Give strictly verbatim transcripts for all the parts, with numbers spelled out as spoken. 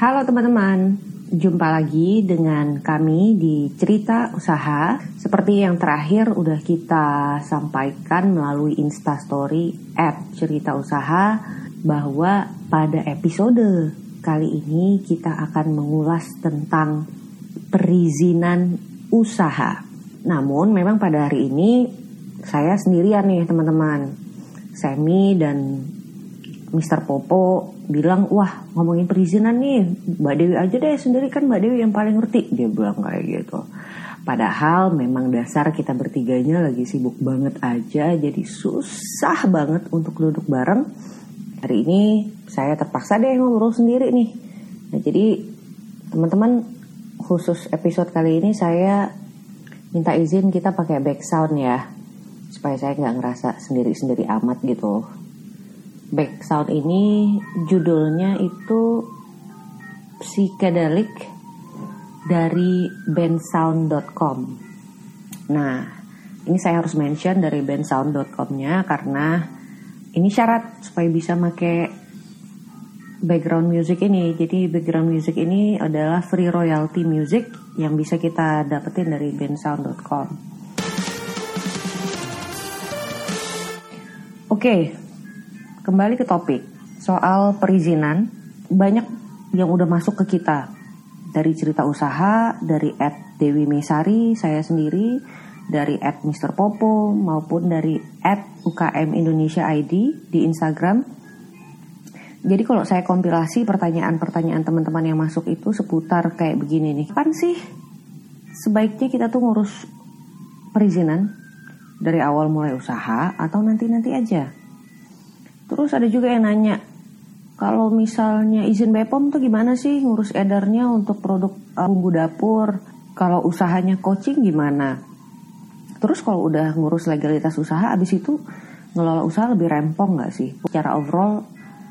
Halo teman-teman, jumpa lagi dengan kami di Cerita Usaha. Seperti yang terakhir udah kita sampaikan melalui Instastory at Cerita Usaha, bahwa pada episode kali ini kita akan mengulas tentang perizinan usaha. Namun memang pada hari ini saya sendirian nih teman-teman. Semi dan mister Popo bilang, wah ngomongin perizinan nih, Mbak Dewi aja deh sendiri, kan Mbak Dewi yang paling ngerti. Dia bilang kayak gitu. Padahal memang dasar kita bertiganya lagi sibuk banget aja, jadi susah banget untuk duduk bareng. Hari ini saya terpaksa deh ngobrol sendiri nih. Nah jadi teman-teman, khusus episode kali ini saya minta izin kita pakai back sound ya, supaya saya gak ngerasa sendiri-sendiri amat gitu. Back sound ini judulnya itu Psychedelic dari bensound dot com. Nah, ini saya harus mention dari bensound dot com-nya karena ini syarat supaya bisa pakai background music ini. Jadi background music ini adalah free royalty music yang bisa kita dapetin dari bensound dot com. Oke. Okay. Kembali ke topik soal perizinan. Banyak yang udah masuk ke kita dari Cerita Usaha, dari at Dewi Mesari, saya sendiri, dari at mister Popo, maupun dari at U K M Indonesia I D di Instagram. Jadi kalau saya kompilasi pertanyaan-pertanyaan teman-teman yang masuk itu seputar kayak begini nih. Kapan sih sebaiknya kita tuh ngurus perizinan? Dari awal mulai usaha atau nanti-nanti aja? Terus ada juga yang nanya, kalau misalnya izin B P O M tuh gimana sih ngurus edarnya untuk produk uh, bumbu dapur? Kalau usahanya coaching gimana? Terus kalau udah ngurus legalitas usaha, abis itu ngelola usaha lebih rempong gak sih? Secara overall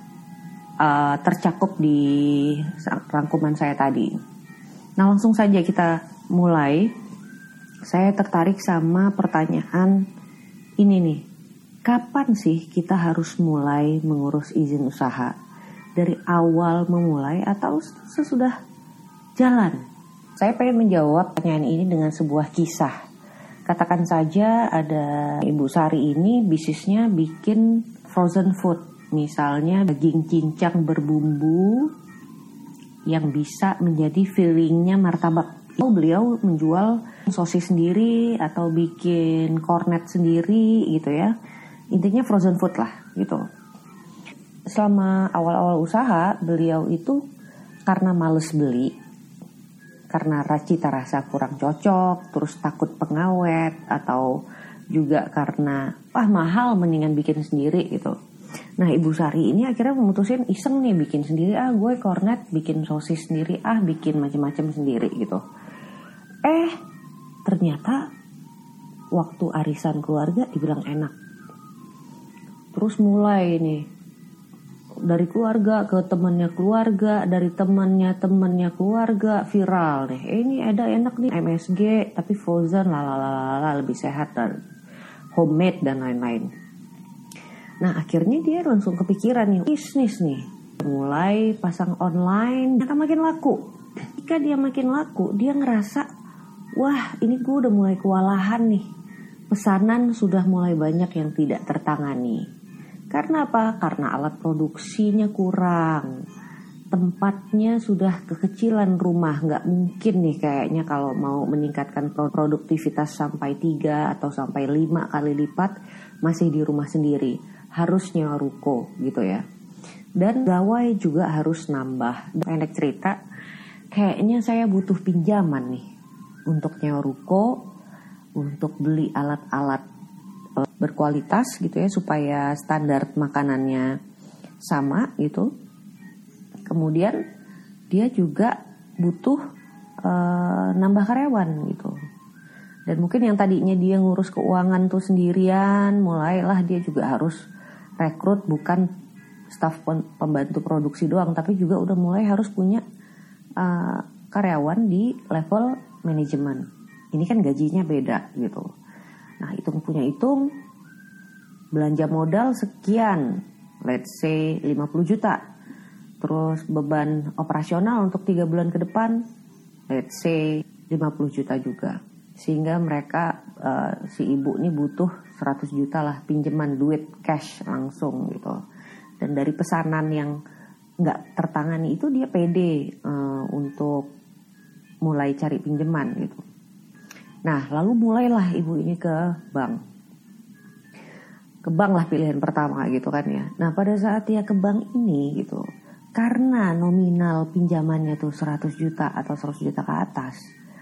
uh, tercakup di rangkuman saya tadi. Nah langsung saja kita mulai. Saya tertarik sama pertanyaan ini nih. Kapan sih kita harus mulai mengurus izin usaha? Dari awal memulai atau sesudah jalan? Saya pengen menjawab pertanyaan ini dengan sebuah kisah. Katakan saja ada Ibu Sari ini bisnisnya bikin frozen food. Misalnya daging cincang berbumbu yang bisa menjadi fillingnya martabak. Beliau menjual sosis sendiri atau bikin kornet sendiri gitu ya. Intinya frozen food lah gitu. Selama awal-awal usaha beliau itu karena males beli, karena cita rasa kurang cocok, terus takut pengawet, atau juga karena wah mahal mendingan bikin sendiri gitu. Nah Ibu Sari ini akhirnya memutusin iseng nih bikin sendiri, ah gue kornet bikin sosis sendiri, ah bikin macam-macam sendiri gitu. Eh ternyata waktu arisan keluarga dibilang enak. Terus mulai nih dari keluarga ke temannya keluarga, dari temannya temannya keluarga, viral nih. Eh, ini ada enak nih M S G tapi frozen, lalalala, lebih sehat dan homemade dan lain-lain. Nah akhirnya dia langsung kepikiran nih bisnis nih, mulai pasang online, akan makin laku. Ketika dia makin laku, dia ngerasa wah ini gue udah mulai kewalahan nih. Pesanan sudah mulai banyak yang tidak tertangani. Karena apa? Karena alat produksinya kurang. Tempatnya sudah kekecilan rumah. Nggak mungkin nih kayaknya kalau mau meningkatkan produktivitas sampai tiga atau sampai lima kali lipat masih di rumah sendiri. Harus nyewa ruko gitu ya. Dan gawai juga harus nambah. Pendek cerita, kayaknya saya butuh pinjaman nih. Untuk nyewa ruko, untuk beli alat-alat berkualitas gitu ya supaya standar makanannya sama gitu. Kemudian dia juga butuh uh, nambah karyawan gitu. Dan mungkin yang tadinya dia ngurus keuangan tuh sendirian, mulailah dia juga harus rekrut bukan staf pembantu produksi doang, tapi juga udah mulai harus punya uh, karyawan di level manajemen. Ini kan gajinya beda gitu. Nah hitung punya hitung, belanja modal sekian, let's say lima puluh juta. Terus beban operasional untuk tiga bulan ke depan, let's say lima puluh juta juga. Sehingga mereka, uh, si ibu ini butuh seratus juta lah pinjaman duit cash langsung gitu. Dan dari pesanan yang gak tertangani itu dia pede uh, untuk mulai cari pinjaman gitu. Nah lalu mulailah ibu ini ke bank. Ke bank lah pilihan pertama gitu kan ya. Nah pada saat dia ke bank ini gitu, karena nominal pinjamannya tuh seratus juta atau seratus juta ke atas,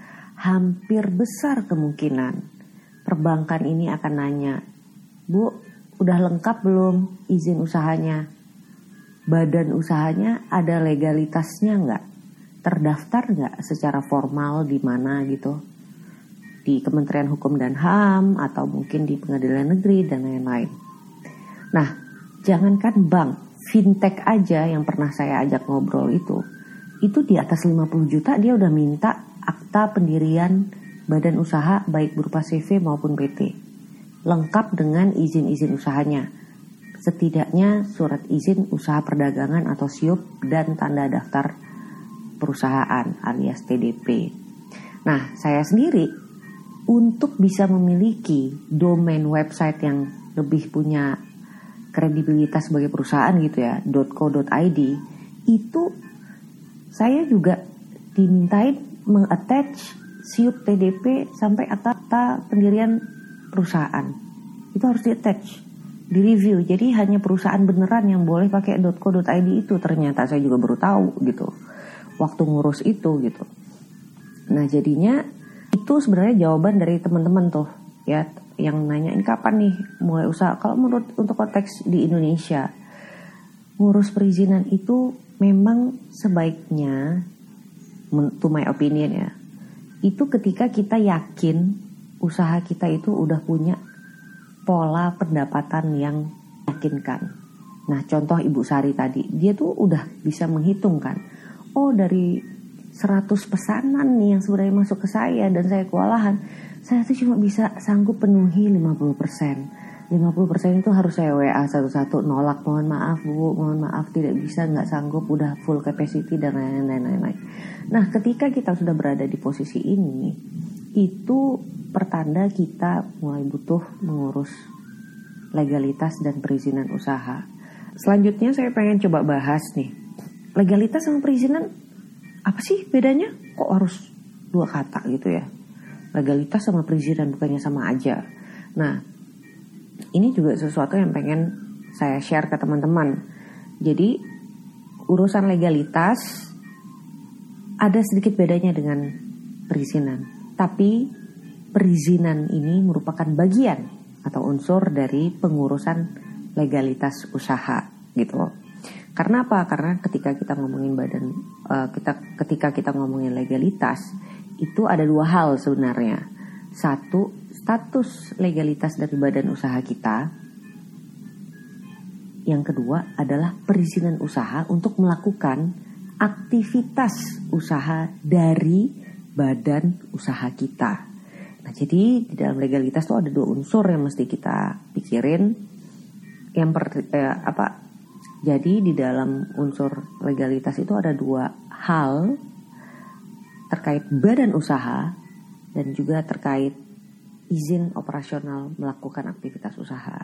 hampir besar kemungkinan perbankan ini akan nanya, Bu, udah lengkap belum izin usahanya? Badan usahanya ada legalitasnya nggak? Terdaftar nggak secara formal di mana gitu? Di Kementerian Hukum dan H A M atau mungkin di Pengadilan Negeri dan lain-lain. Nah, jangankan bank, fintech aja yang pernah saya ajak ngobrol itu, itu di atas lima puluh juta dia udah minta akta pendirian badan usaha baik berupa C V maupun P T. Lengkap dengan izin-izin usahanya. Setidaknya surat izin usaha perdagangan atau S I U P dan tanda daftar perusahaan alias T D P. Nah, saya sendiri untuk bisa memiliki domain website yang lebih punya kredibilitas sebagai perusahaan gitu ya, .co.id, itu saya juga dimintain mengattach S I U P T D P sampai akta pendirian perusahaan. Itu harus di-attach, di-review. Jadi hanya perusahaan beneran yang boleh pakai .co.id itu, ternyata saya juga baru tahu gitu waktu ngurus itu gitu. Nah jadinya itu sebenarnya jawaban dari teman-teman tuh ya yang nanya ini kapan nih mulai usaha. Kalau menurut untuk konteks di Indonesia, ngurus perizinan itu memang sebaiknya, to my opinion ya, itu ketika kita yakin usaha kita itu udah punya pola pendapatan yang meyakinkan. Nah contoh Ibu Sari tadi, dia tuh udah bisa menghitungkan, oh dari seratus pesanan nih yang sebenarnya masuk ke saya dan saya kewalahan, saya tuh cuma bisa sanggup penuhi lima puluh persen. lima puluh persen itu harus saya W A satu-satu, nolak, mohon maaf Bu, mohon maaf tidak bisa, gak sanggup, udah full capacity dan lain-lain. Nah ketika kita sudah berada di posisi ini, itu pertanda kita mulai butuh mengurus legalitas dan perizinan usaha. Selanjutnya saya pengen coba bahas nih, legalitas sama perizinan apa sih bedanya? Kok harus dua kata gitu ya? Legalitas sama perizinan bukannya sama aja. Nah, ini juga sesuatu yang pengen saya share ke teman-teman. Jadi, urusan legalitas ada sedikit bedanya dengan perizinan. Tapi, perizinan ini merupakan bagian atau unsur dari pengurusan legalitas usaha gitu. Karena apa? Karena ketika kita ngomongin badan, uh, kita ketika kita ngomongin legalitas, itu ada dua hal sebenarnya. Satu, status legalitas dari badan usaha kita. Yang kedua adalah perizinan usaha untuk melakukan aktivitas usaha dari badan usaha kita. Nah, jadi di dalam legalitas itu ada dua unsur yang mesti kita pikirin. Yang per, eh, apa? Jadi di dalam unsur legalitas itu ada dua hal terkait badan usaha dan juga terkait izin operasional melakukan aktivitas usaha.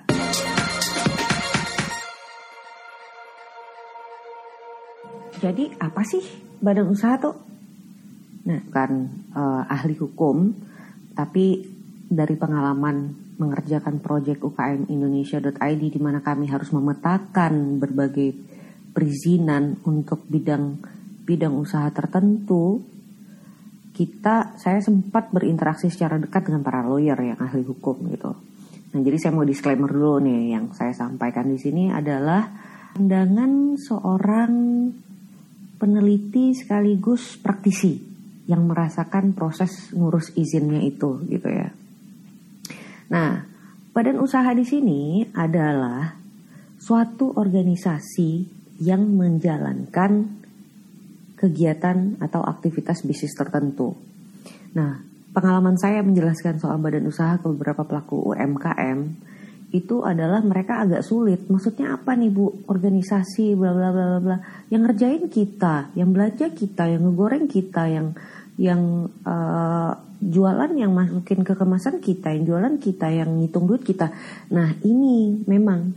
Jadi apa sih badan usaha tuh? Nah, kan uh, ahli hukum, tapi dari pengalaman mengerjakan proyek U K M Indonesia dot I D di mana kami harus memetakan berbagai perizinan untuk bidang bidang usaha tertentu, kita saya sempat berinteraksi secara dekat dengan para lawyer yang ahli hukum gitu. Nah, jadi saya mau disclaimer dulu nih, yang saya sampaikan di sini adalah pandangan seorang peneliti sekaligus praktisi yang merasakan proses ngurus izinnya itu gitu ya. Nah, badan usaha di sini adalah suatu organisasi yang menjalankan kegiatan atau aktivitas bisnis tertentu. Nah, pengalaman saya menjelaskan soal badan usaha ke beberapa pelaku U M K M itu adalah mereka agak sulit. Maksudnya apa nih Bu? Organisasi bla bla bla bla bla. Yang ngerjain kita, yang belanja kita, yang ngegoreng kita, yang yang uh, jualan, yang masukin ke kemasan kita, yang jualan kita, yang ngitung duit kita. Nah, ini memang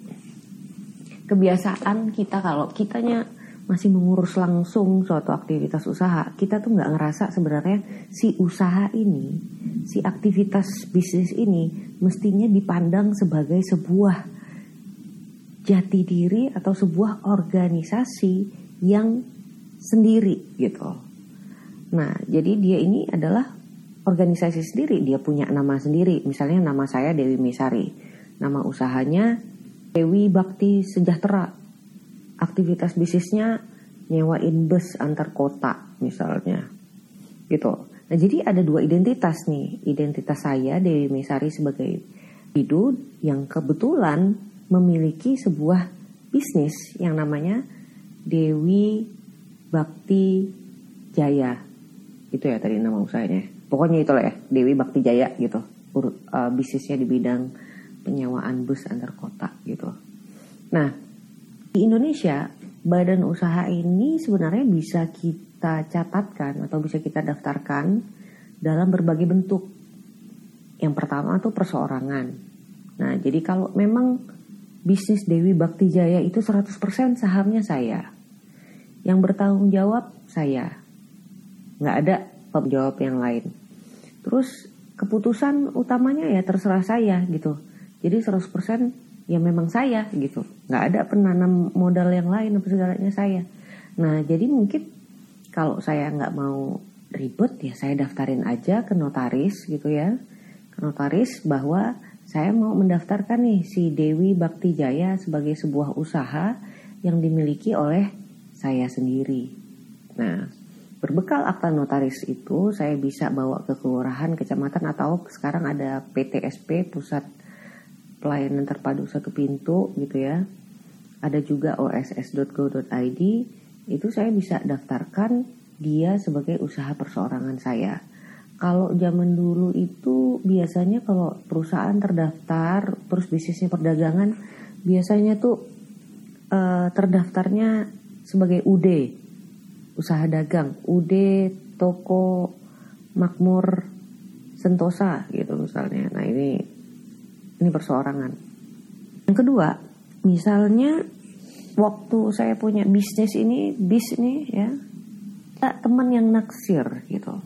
kebiasaan kita kalau kitanya masih mengurus langsung suatu aktivitas usaha, kita tuh nggak ngerasa sebenarnya si usaha ini, si aktivitas bisnis ini mestinya dipandang sebagai sebuah jati diri atau sebuah organisasi yang sendiri gitu. Nah, jadi dia ini adalah organisasi sendiri, dia punya nama sendiri. Misalnya nama saya Dewi Mesari, nama usahanya Dewi Bakti Sejahtera. Aktivitas bisnisnya nyewain bus antar kota misalnya gitu. Nah, jadi ada dua identitas nih. Identitas saya Dewi Mesari sebagai individu yang kebetulan memiliki sebuah bisnis yang namanya Dewi Bakti Jaya. Itu ya tadi nama usahanya. Pokoknya itulah ya, Dewi Bakti Jaya gitu. Ur, uh, bisnisnya di bidang penyewaan bus antar kota gitu. Nah, di Indonesia, badan usaha ini sebenarnya bisa kita catatkan atau bisa kita daftarkan dalam berbagai bentuk. Yang pertama tuh perseorangan. Nah, jadi kalau memang bisnis Dewi Bakti Jaya itu seratus persen sahamnya saya. Yang bertanggung jawab saya. Nggak ada penjawab yang lain. Terus keputusan utamanya ya terserah saya gitu. Jadi seratus persen ya memang saya gitu, nggak ada penanam modal yang lain apa segalanya saya. Nah, jadi mungkin kalau saya nggak mau ribet ya saya daftarin aja ke notaris gitu ya, ke notaris bahwa saya mau mendaftarkan nih si Dewi Bakti Jaya sebagai sebuah usaha yang dimiliki oleh saya sendiri. Nah, berbekal akta notaris itu saya bisa bawa ke kelurahan, kecamatan, atau sekarang ada P T S P, Pusat Pelayanan Terpadu Satu Pintu gitu ya. Ada juga o s s dot go dot i d. Itu saya bisa daftarkan dia sebagai usaha perseorangan saya. Kalau zaman dulu itu biasanya kalau perusahaan terdaftar terus bisnisnya perdagangan, biasanya tuh eh, terdaftarnya sebagai U D, usaha dagang, U D Toko Makmur Sentosa gitu misalnya. Nah, ini Ini perseorangan. Yang kedua, misalnya waktu saya punya bisnis ini, bis ini ya, ada teman yang naksir gitu.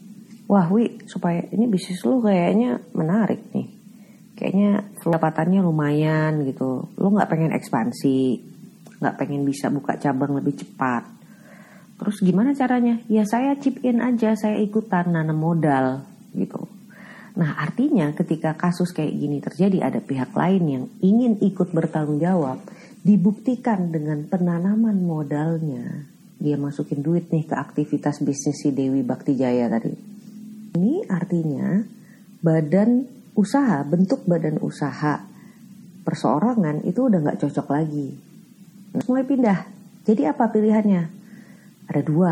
Wah, Wi, supaya ini bisnis lu kayaknya menarik nih. Kayaknya pendapatannya lumayan gitu. Lu gak pengen ekspansi, gak pengen bisa buka cabang lebih cepat. Terus gimana caranya? Ya saya chip in aja, saya ikutan nanam modal gitu. Nah, artinya ketika kasus kayak gini terjadi, ada pihak lain yang ingin ikut bertanggung jawab, dibuktikan dengan penanaman modalnya, dia masukin duit nih ke aktivitas bisnis si Dewi Bakti Jaya tadi. Ini artinya badan usaha, bentuk badan usaha perseorangan itu udah gak cocok lagi. Nah, mulai pindah. Jadi apa pilihannya? Ada dua.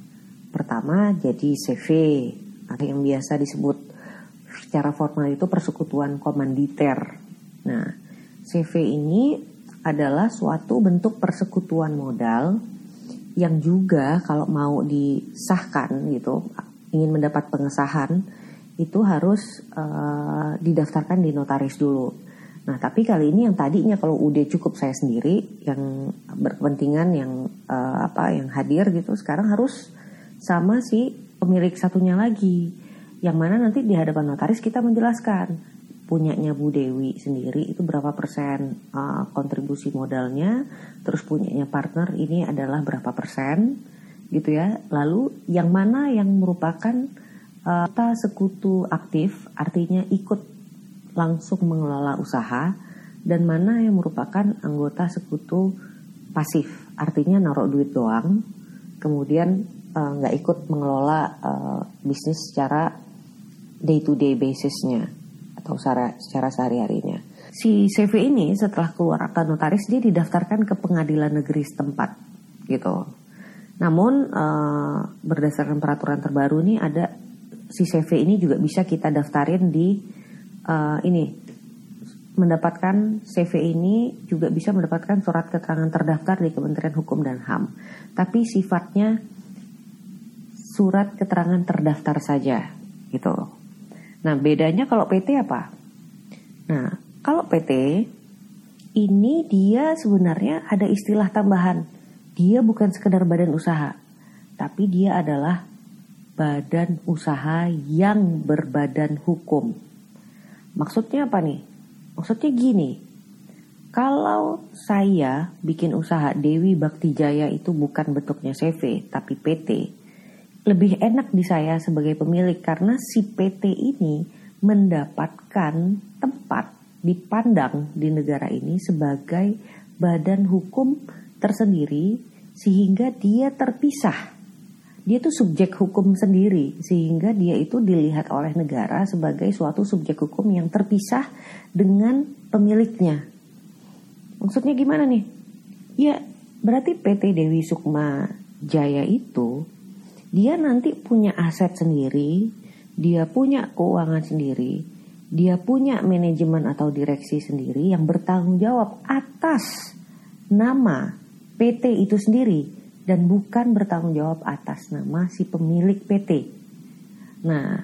Pertama jadi C V, atau yang biasa disebut secara formal itu persekutuan komanditer. Nah, C V ini adalah suatu bentuk persekutuan modal yang juga kalau mau disahkan gitu, ingin mendapat pengesahan, itu harus uh, didaftarkan di notaris dulu. Nah, tapi kali ini yang tadinya kalau udah cukup saya sendiri yang berkepentingan, yang uh, apa, yang hadir gitu, sekarang harus sama si pemilik satunya lagi. Yang mana nanti di hadapan notaris kita menjelaskan punyanya Bu Dewi sendiri itu berapa persen uh, kontribusi modalnya, terus punyanya partner ini adalah berapa persen gitu ya. Lalu yang mana yang merupakan uh, kita sekutu aktif, artinya ikut langsung mengelola usaha, dan mana yang merupakan anggota sekutu pasif, artinya naruh duit doang, kemudian nggak uh, ikut mengelola uh, bisnis secara day to day basisnya atau secara, secara sehari-harinya. Si C V ini setelah keluar akta notaris dia didaftarkan ke pengadilan negeri setempat gitu. Namun uh, berdasarkan peraturan terbaru nih ada si C V ini juga bisa kita daftarin di uh, ini mendapatkan C V ini juga bisa mendapatkan surat keterangan terdaftar di Kementerian Hukum dan H A M. Tapi sifatnya surat keterangan terdaftar saja gitu. Nah, bedanya kalau P T apa? Nah, kalau P T ini dia sebenarnya ada istilah tambahan. Dia bukan sekedar badan usaha, tapi dia adalah badan usaha yang berbadan hukum. Maksudnya apa nih? Maksudnya gini, kalau saya bikin usaha Dewi Bakti Jaya itu bukan bentuknya C V, tapi P T, lebih enak di saya sebagai pemilik karena si P T ini mendapatkan tempat dipandang di negara ini sebagai badan hukum tersendiri sehingga dia terpisah. Dia tuh subjek hukum sendiri sehingga dia itu dilihat oleh negara sebagai suatu subjek hukum yang terpisah dengan pemiliknya. Maksudnya gimana nih? Ya berarti P T Dewi Sukma Jaya itu dia nanti punya aset sendiri, dia punya keuangan sendiri, dia punya manajemen atau direksi sendiri yang bertanggung jawab atas nama P T itu sendiri dan bukan bertanggung jawab atas nama si pemilik P T. Nah,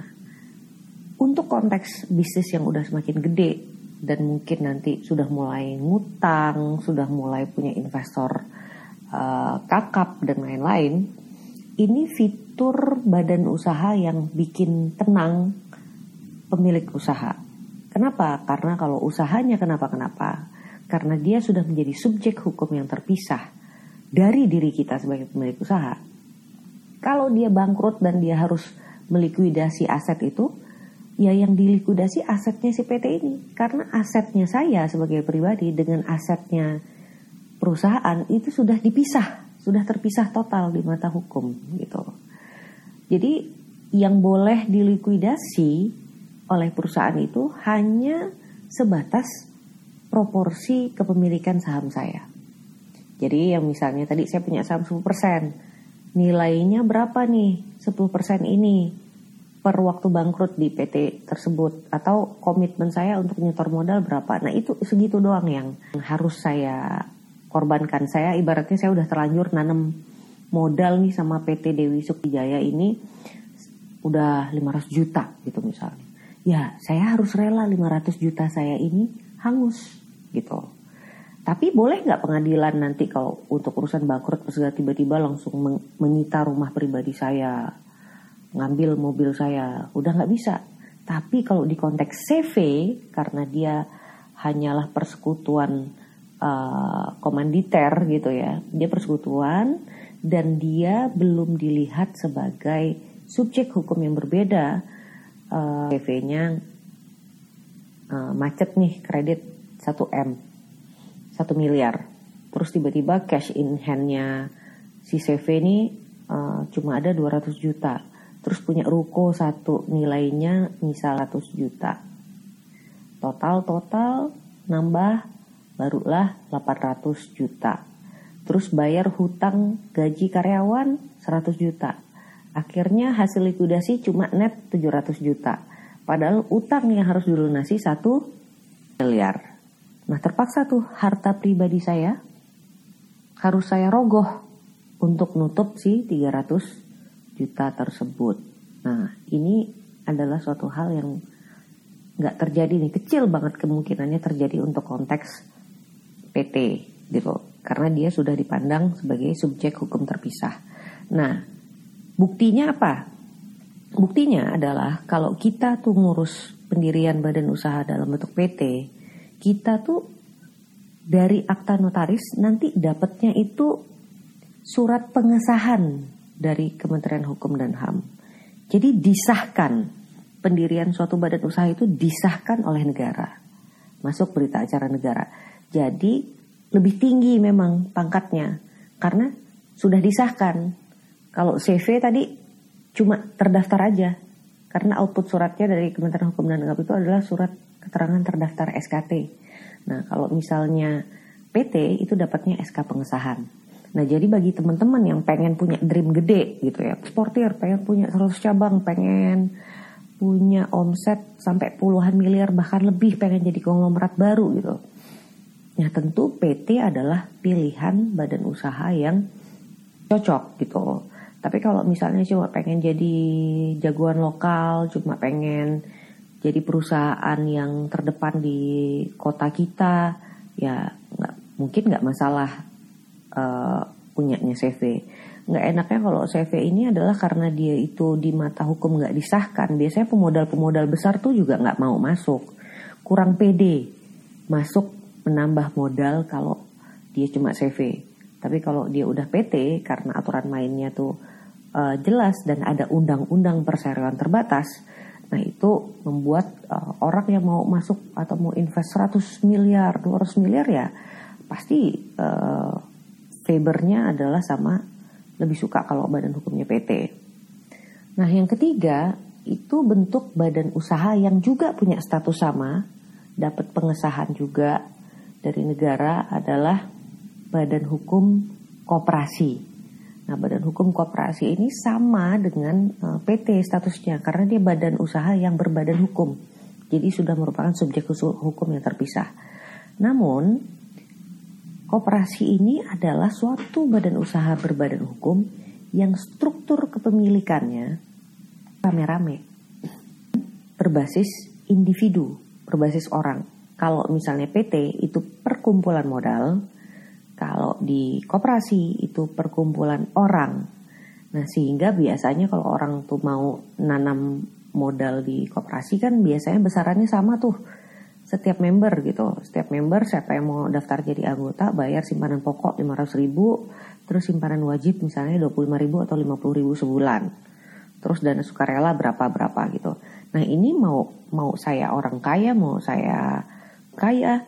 untuk konteks bisnis yang udah semakin gede dan mungkin nanti sudah mulai ngutang, sudah mulai punya investor uh, kakap dan lain-lain, ini fitur badan usaha yang bikin tenang pemilik usaha. Kenapa? Karena kalau usahanya kenapa-kenapa, karena dia sudah menjadi subjek hukum yang terpisah dari diri kita sebagai pemilik usaha. Kalau dia bangkrut dan dia harus melikuidasi aset itu, ya yang dilikuidasi asetnya si P T ini. Karena asetnya saya sebagai pribadi dengan asetnya perusahaan itu sudah dipisah, sudah terpisah total di mata hukum gitu. Jadi yang boleh dilikuidasi oleh perusahaan itu hanya sebatas proporsi kepemilikan saham saya. Jadi yang misalnya tadi saya punya saham sepuluh persen, nilainya berapa nih sepuluh persen ini per waktu bangkrut di P T tersebut, atau komitmen saya untuk nyetor modal berapa. Nah itu segitu doang yang harus saya korbankan. Saya ibaratnya saya udah terlanjur nanam modal nih sama P T Dewi Sukma Jaya ini udah lima ratus juta gitu misalnya. Ya saya harus rela lima ratus juta saya ini hangus gitu. Tapi boleh nggak pengadilan nanti kalau untuk urusan bangkrut tiba-tiba langsung menyita rumah pribadi saya, ngambil mobil saya? Udah nggak bisa. Tapi kalau di konteks C V, karena dia hanyalah persekutuan uh, komanditer gitu ya, dia persekutuan dan dia belum dilihat sebagai subjek hukum yang berbeda. uh, C V-nya uh, macet nih, kredit satu M. satu miliar. Terus tiba-tiba cash in hand-nya si C V ini uh, cuma ada dua ratus juta. Terus punya ruko satu nilainya misal seratus juta. Total-total nambah barulah delapan ratus juta. Terus bayar hutang gaji karyawan seratus juta. Akhirnya hasil likuidasi cuma net tujuh ratus juta. Padahal utang yang harus dilunasi satu miliar. Nah terpaksa tuh harta pribadi saya harus saya rogoh untuk nutup si tiga ratus juta tersebut. Nah ini adalah suatu hal yang gak terjadi nih, kecil banget kemungkinannya terjadi untuk konteks P T gitu. Karena dia sudah dipandang sebagai subjek hukum terpisah. Nah buktinya apa? Buktinya adalah kalau kita tuh ngurus pendirian badan usaha dalam bentuk P T, kita tuh dari akta notaris nanti dapatnya itu surat pengesahan dari Kementerian Hukum dan H A M. Jadi disahkan, pendirian suatu badan usaha itu disahkan oleh negara, masuk berita acara negara. Jadi lebih tinggi memang pangkatnya karena sudah disahkan. Kalau C V tadi cuma terdaftar aja, karena output suratnya dari Kementerian Hukum dan H A M itu adalah surat keterangan terdaftar S K T. Nah kalau misalnya P T itu dapatnya S K pengesahan. Nah jadi bagi teman-teman yang pengen punya dream gede gitu ya, eksportir, pengen punya seratus cabang, pengen punya omset sampai puluhan miliar bahkan lebih, pengen jadi konglomerat baru gitu. Nah tentu P T adalah pilihan badan usaha yang cocok gitu. Tapi kalau misalnya cuma pengen jadi jagoan lokal, cuma pengen jadi perusahaan yang terdepan di kota kita, ya nggak, mungkin nggak masalah uh, punyanya C V. Nggak enaknya kalau C V ini adalah karena dia itu di mata hukum nggak disahkan. Biasanya pemodal-pemodal besar tuh juga nggak mau masuk, kurang pede masuk menambah modal kalau dia cuma C V. Tapi kalau dia udah P T, karena aturan mainnya tuh uh, jelas dan ada undang-undang perseroan terbatas, nah itu membuat uh, orang yang mau masuk atau mau invest seratus miliar, dua ratus miliar ya pasti uh, favornya adalah sama, lebih suka kalau badan hukumnya P T. Nah yang ketiga itu bentuk badan usaha yang juga punya status sama, dapat pengesahan juga dari negara, adalah badan hukum koperasi. Nah badan hukum koperasi ini sama dengan uh, P T statusnya karena dia badan usaha yang berbadan hukum. Jadi sudah merupakan subjek hukum yang terpisah. Namun koperasi ini adalah suatu badan usaha berbadan hukum yang struktur kepemilikannya rame-rame, berbasis individu, berbasis orang. Kalau misalnya P T itu perkumpulan modal, kalau di koperasi itu perkumpulan orang. Nah sehingga biasanya kalau orang tuh mau nanam modal di koperasi kan biasanya besarannya sama tuh setiap member gitu. Setiap member siapa yang mau daftar jadi anggota bayar simpanan pokok lima ratus ribu, terus simpanan wajib misalnya dua puluh lima ribu atau lima puluh ribu sebulan. Terus dana sukarela berapa-berapa gitu. Nah ini mau mau saya orang kaya, mau saya kaya,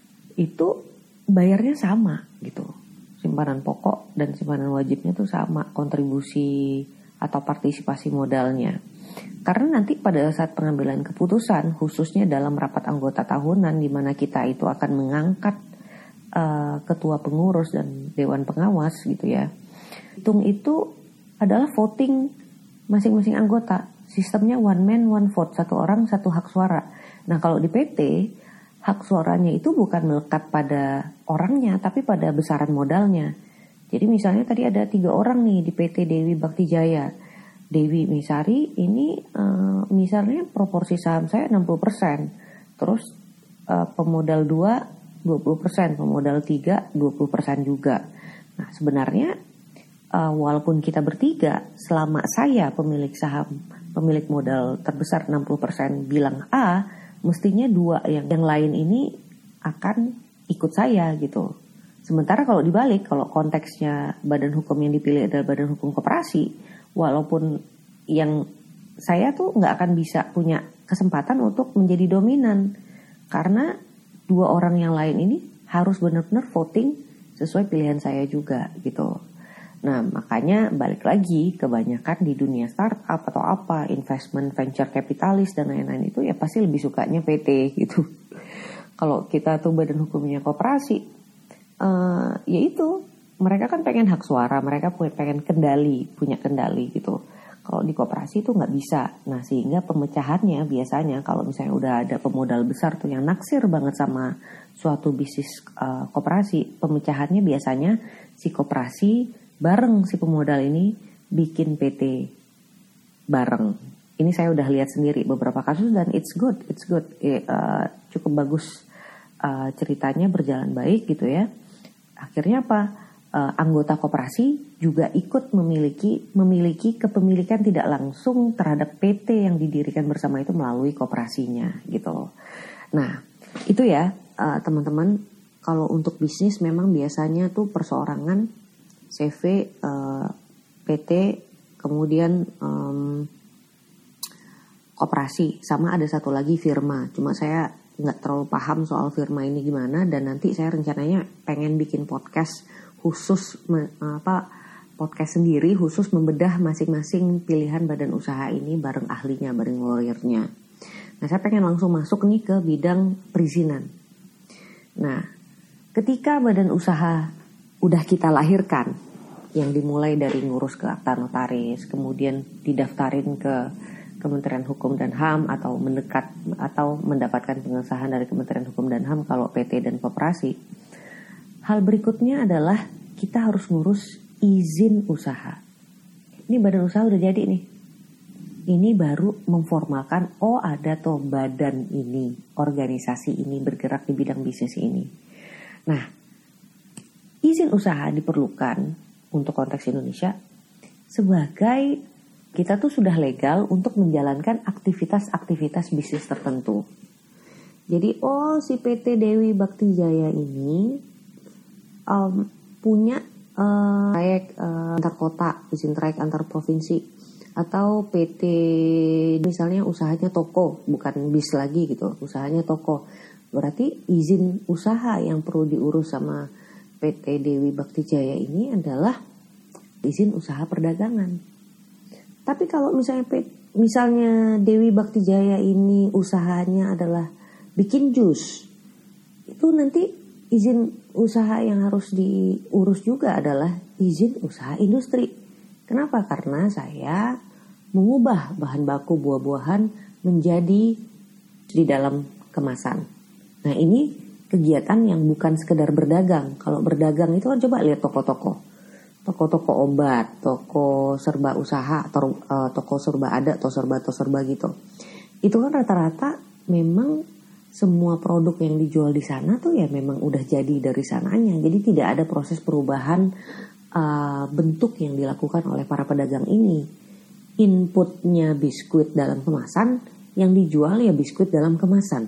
itu bayarnya sama gitu. Simpanan pokok dan simpanan wajibnya tuh sama, kontribusi atau partisipasi modalnya. Karena nanti pada saat pengambilan keputusan, khususnya dalam rapat anggota tahunan di mana kita itu akan mengangkat uh, ketua pengurus dan dewan pengawas gitu ya. Hitung itu adalah voting masing-masing anggota. Sistemnya one man one vote, satu orang satu hak suara. Nah kalau di P T hak suaranya itu bukan melekat pada orangnya, tapi pada besaran modalnya. Jadi misalnya tadi ada tiga orang nih di P T Dewi Bakti Jaya. Dewi Mesari ini uh, misalnya proporsi saham saya enam puluh persen. Terus uh, pemodal dua dua puluh persen, pemodal tiga dua puluh persen juga. Nah sebenarnya uh, walaupun kita bertiga, selama saya pemilik saham, pemilik modal terbesar enam puluh persen bilang A, mestinya dua yang yang lain ini akan ikut saya gitu. Sementara kalau dibalik, kalau konteksnya badan hukum yang dipilih adalah badan hukum koperasi, walaupun yang saya tuh nggak akan bisa punya kesempatan untuk menjadi dominan karena dua orang yang lain ini harus benar-benar voting sesuai pilihan saya juga gitu. Nah makanya balik lagi, kebanyakan di dunia startup atau apa, investment venture capitalist dan lain-lain itu ya pasti lebih sukanya P T gitu. Kalau kita tuh badan hukumnya koperasi, uh, ya itu mereka kan pengen hak suara, mereka pengen kendali, punya kendali gitu. Kalau di koperasi itu nggak bisa. Nah sehingga pemecahannya biasanya kalau misalnya udah ada pemodal besar tuh yang naksir banget sama suatu bisnis uh, koperasi, pemecahannya biasanya si koperasi bareng si pemodal ini bikin P T bareng. Ini saya udah lihat sendiri beberapa kasus dan it's good, it's good, e, uh, cukup bagus uh, ceritanya, berjalan baik gitu ya. Akhirnya apa? Uh, anggota koperasi juga ikut memiliki memiliki kepemilikan tidak langsung terhadap P T yang didirikan bersama itu melalui koperasinya gitu. Nah itu ya uh, teman-teman. Kalau untuk bisnis memang biasanya tuh perseorangan, C V, uh, P T, kemudian um, koperasi, sama ada satu lagi firma. Cuma saya nggak terlalu paham soal firma ini gimana, dan nanti saya rencananya pengen bikin podcast khusus me, apa podcast sendiri khusus membedah masing-masing pilihan badan usaha ini bareng ahlinya, bareng lawyernya. Nah saya pengen langsung masuk nih ke bidang perizinan. Nah ketika badan usaha udah kita lahirkan, yang dimulai dari ngurus ke akta notaris, kemudian didaftarin ke Kementerian Hukum dan H A M atau mendekat atau mendapatkan pengesahan dari Kementerian Hukum dan H A M kalau P T dan koperasi. Hal berikutnya adalah kita harus ngurus izin usaha. Ini badan usaha udah jadi nih. Ini baru memformalkan, oh ada tuh badan ini, organisasi ini bergerak di bidang bisnis ini. Nah, izin usaha diperlukan untuk konteks Indonesia sebagai kita tuh sudah legal untuk menjalankan aktivitas-aktivitas bisnis tertentu. Jadi, oh si P T Dewi Bakti Jaya ini um, punya uh, trayek uh, antar kota, izin trayek antar provinsi, atau P T misalnya usahanya toko, bukan bis lagi gitu, usahanya toko. Berarti izin usaha yang perlu diurus sama P T Dewi Bakti Jaya ini adalah izin usaha perdagangan. Tapi kalau misalnya misalnya Dewi Bakti Jaya ini usahanya adalah bikin jus, itu nanti izin usaha yang harus diurus juga adalah izin usaha industri. Kenapa? Karena saya mengubah bahan baku buah-buahan menjadi di dalam kemasan. Nah, ini kegiatan yang bukan sekedar berdagang. Kalau berdagang itu kan coba lihat toko-toko. Toko-toko obat, toko serba usaha, atau uh, toko serba ada, atau serba atau serba gitu. Itu kan rata-rata memang semua produk yang dijual di sana tuh ya memang udah jadi dari sananya. Jadi tidak ada proses perubahan uh, bentuk yang dilakukan oleh para pedagang ini. Inputnya biskuit dalam kemasan, yang dijual ya biskuit dalam kemasan.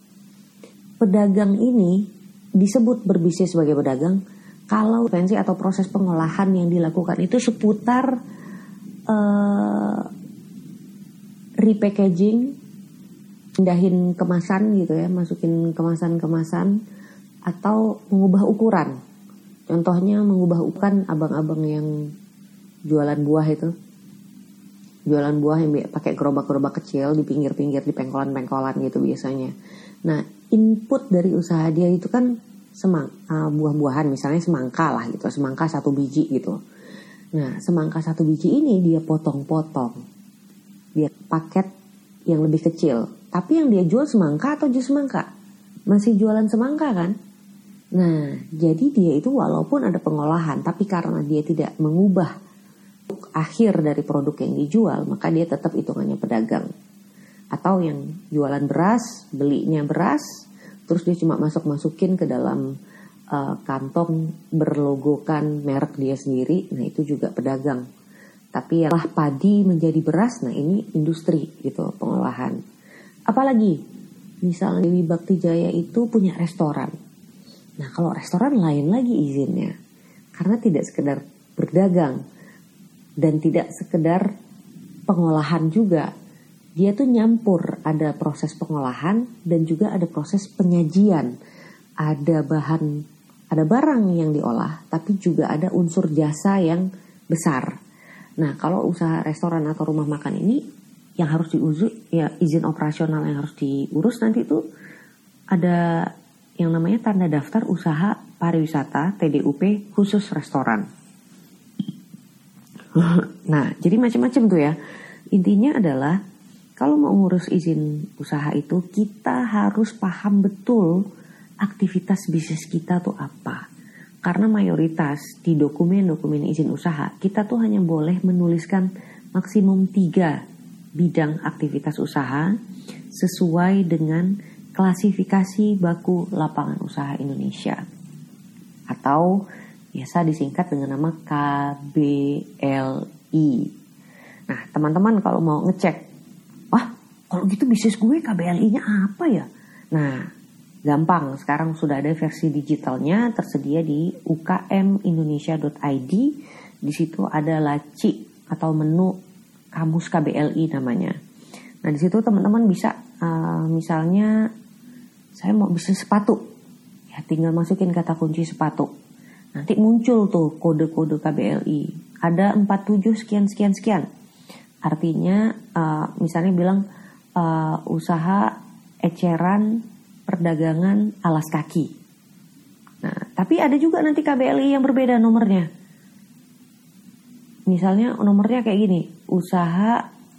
Pedagang ini disebut berbisnis sebagai pedagang kalau fancy atau proses pengolahan yang dilakukan itu seputar uh, repackaging, pindahin kemasan gitu ya, masukin kemasan-kemasan atau mengubah ukuran. Contohnya mengubah ukuran abang-abang yang jualan buah itu. Jualan buah yang pakai gerobak-gerobak kecil di pinggir-pinggir, di pengkolan-pengkolan gitu biasanya. Nah, input dari usaha dia itu kan semang, uh, buah-buahan, misalnya semangka lah gitu, semangka satu biji gitu. Nah, semangka satu biji ini dia potong-potong, dia paket yang lebih kecil. Tapi yang dia jual semangka atau jus semangka? Masih jualan semangka kan? Nah, jadi dia itu walaupun ada pengolahan, tapi karena dia tidak mengubah akhir dari produk yang dijual, maka dia tetap hitungannya pedagang. Atau yang jualan beras, belinya beras, terus dia cuma masuk-masukin ke dalam uh, kantong berlogokan merek dia sendiri, nah itu juga pedagang. Tapi yang telah padi menjadi beras, nah ini industri gitu, pengolahan. Apalagi, misalnya Dewi Bakti Jaya itu punya restoran. Nah kalau restoran lain lagi izinnya, karena tidak sekedar berdagang dan tidak sekedar pengolahan juga. Dia tuh nyampur, ada proses pengolahan dan juga ada proses penyajian. Ada bahan, ada barang yang diolah, tapi juga ada unsur jasa yang besar. Nah, kalau usaha restoran atau rumah makan ini yang harus diurus, ya izin operasional yang harus diurus nanti itu ada yang namanya tanda daftar usaha pariwisata T D U P khusus restoran. Nah, jadi macam-macam tuh ya. Intinya adalah kalau mau ngurus izin usaha itu, kita harus paham betul aktivitas bisnis kita tuh apa. Karena mayoritas di dokumen-dokumen izin usaha, kita tuh hanya boleh menuliskan maksimum tiga bidang aktivitas usaha sesuai dengan klasifikasi baku lapangan usaha Indonesia. Atau biasa disingkat dengan nama K B L I. Nah, teman-teman kalau mau ngecek, kalau gitu bisnis gue K B L I-nya apa ya? Nah, gampang. Sekarang sudah ada versi digitalnya tersedia di u k m indonesia dot i d. Di situ ada laci atau menu kamus K B L I namanya. Nah, di situ teman-teman bisa uh, misalnya saya mau bisnis sepatu. Ya, tinggal masukin kata kunci sepatu. Nanti muncul tuh kode-kode K B L I. Ada empat puluh tujuh sekian sekian sekian. Artinya uh, misalnya bilang Uh, usaha eceran perdagangan alas kaki. Nah, tapi ada juga nanti K B L I yang berbeda nomornya. Misalnya nomornya kayak gini, usaha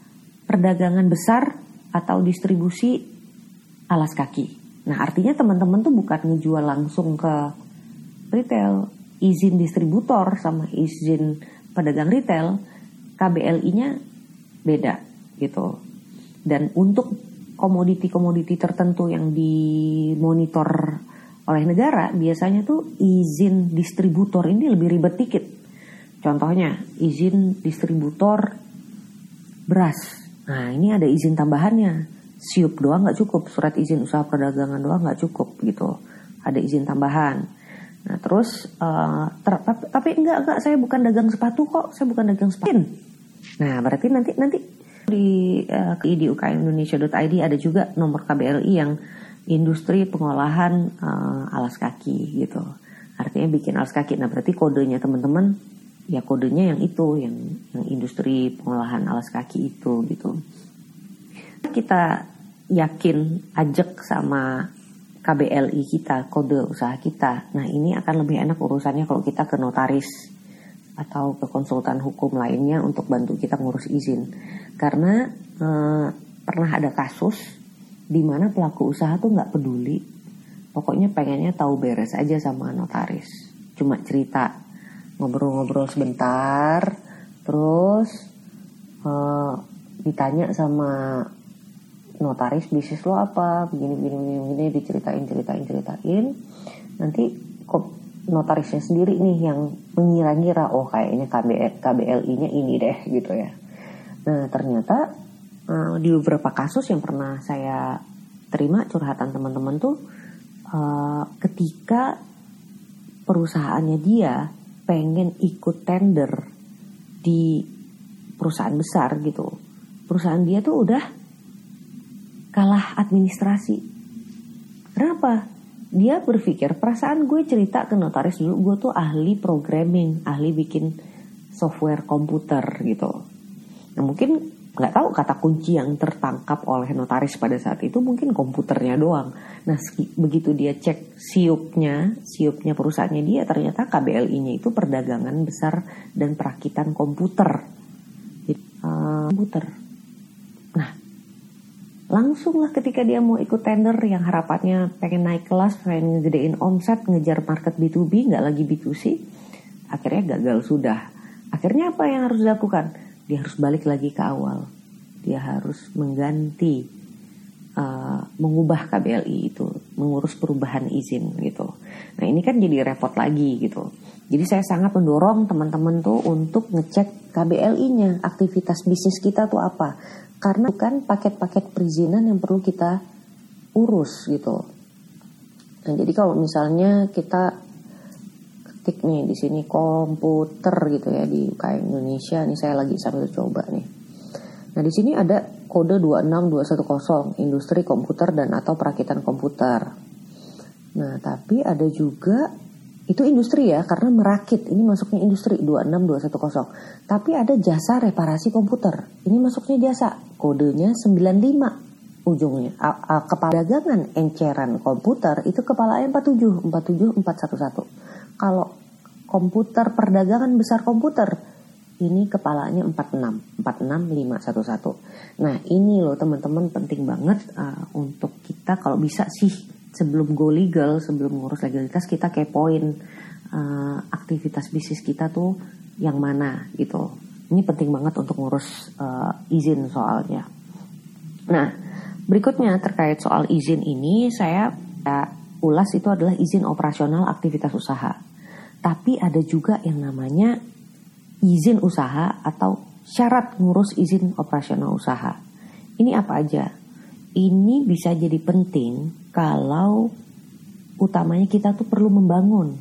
perdagangan besar atau distribusi alas kaki. Nah, artinya teman-teman tuh bukan ngejual langsung ke retail, izin distributor sama izin pedagang retail, K B L I-nya beda gitu. Dan untuk komoditi-komoditi tertentu yang dimonitor oleh negara, biasanya tuh izin distributor ini lebih ribet dikit. Contohnya, izin distributor beras. Nah, ini ada izin tambahannya. Siup doang nggak cukup, surat izin usaha perdagangan doang nggak cukup gitu. Ada izin tambahan. Nah, terus uh, ter, tapi, tapi enggak enggak saya bukan dagang sepatu kok, saya bukan dagang sepatu. Nah, berarti nanti nanti di uh, di u k m indonesia dot i d ada juga nomor K B L I yang industri pengolahan uh, alas kaki gitu. Artinya bikin alas kaki. Nah, berarti kodenya teman-teman ya kodenya yang itu, yang yang industri pengolahan alas kaki itu gitu. Kita yakin ajak sama K B L I kita, kode usaha kita. Nah, ini akan lebih enak urusannya kalau kita ke notaris atau ke konsultan hukum lainnya untuk bantu kita ngurus izin. Karena eh, pernah ada kasus di mana pelaku usaha tuh nggak peduli, pokoknya pengennya tahu beres aja sama notaris. Cuma cerita, ngobrol-ngobrol sebentar, terus eh, ditanya sama notaris, bisnis lo apa, begini begini begini, begini diceritain ceritain ceritain. Nanti kok notarisnya sendiri nih yang mengira-ngira, oh kayaknya K B L I-nya ini deh gitu ya. Nah, ternyata uh, di beberapa kasus yang pernah saya terima curhatan teman-teman tuh, uh, ketika perusahaannya dia pengen ikut tender di perusahaan besar gitu, perusahaan dia tuh udah kalah administrasi. Kenapa? Dia berpikir, perasaan gue cerita ke notaris dulu, gue tuh ahli programming, ahli bikin software komputer gitu. Nah, mungkin nggak tahu kata kunci yang tertangkap oleh notaris pada saat itu mungkin komputernya doang. Nah, begitu dia cek siupnya, siupnya perusahaannya dia, ternyata K B L I-nya itu perdagangan besar dan perakitan komputer. Uh, komputer. Nah, langsung lah ketika dia mau ikut tender yang harapannya pengen naik kelas, pengen ngegedein omset, ngejar market B to B, nggak lagi B to C, akhirnya gagal sudah. Akhirnya apa yang harus dilakukan? Dia harus balik lagi ke awal. Dia harus mengganti, uh, mengubah K B L I itu, mengurus perubahan izin gitu. Nah, ini kan jadi repot lagi gitu. Jadi saya sangat mendorong teman-teman tuh untuk ngecek K B L I-nya, aktivitas bisnis kita tuh apa. Karena bukan paket-paket perizinan yang perlu kita urus gitu. Nah, jadi kalau misalnya kita ketik nih di sini komputer gitu ya di U K M Indonesia, nih saya lagi sambil coba nih. Nah, di sini ada kode dua enam dua satu nol, industri komputer dan atau perakitan komputer. Nah, tapi ada juga itu industri ya, karena merakit, ini masuknya industri dua enam dua satu nol. Tapi ada jasa reparasi komputer, ini masuknya jasa, kodenya sembilan lima ujungnya. A, a, kepala dagangan enceran komputer itu kepala empat tujuh empat tujuh empat satu satu. Kalau komputer perdagangan besar komputer, ini kepalanya empat enam empat enam lima satu satu. Nah, ini loh teman-teman penting banget uh, untuk kita kalau bisa sih sebelum go legal, sebelum ngurus legalitas, kita kepoin uh, aktivitas bisnis kita tuh yang mana gitu. Ini penting banget untuk ngurus uh, izin soalnya. Nah, berikutnya terkait soal izin ini, saya ya, ulas itu adalah izin operasional aktivitas usaha. Tapi ada juga yang namanya izin usaha atau syarat ngurus izin operasional usaha. Ini apa aja? Ini bisa jadi penting kalau utamanya kita tuh perlu membangun.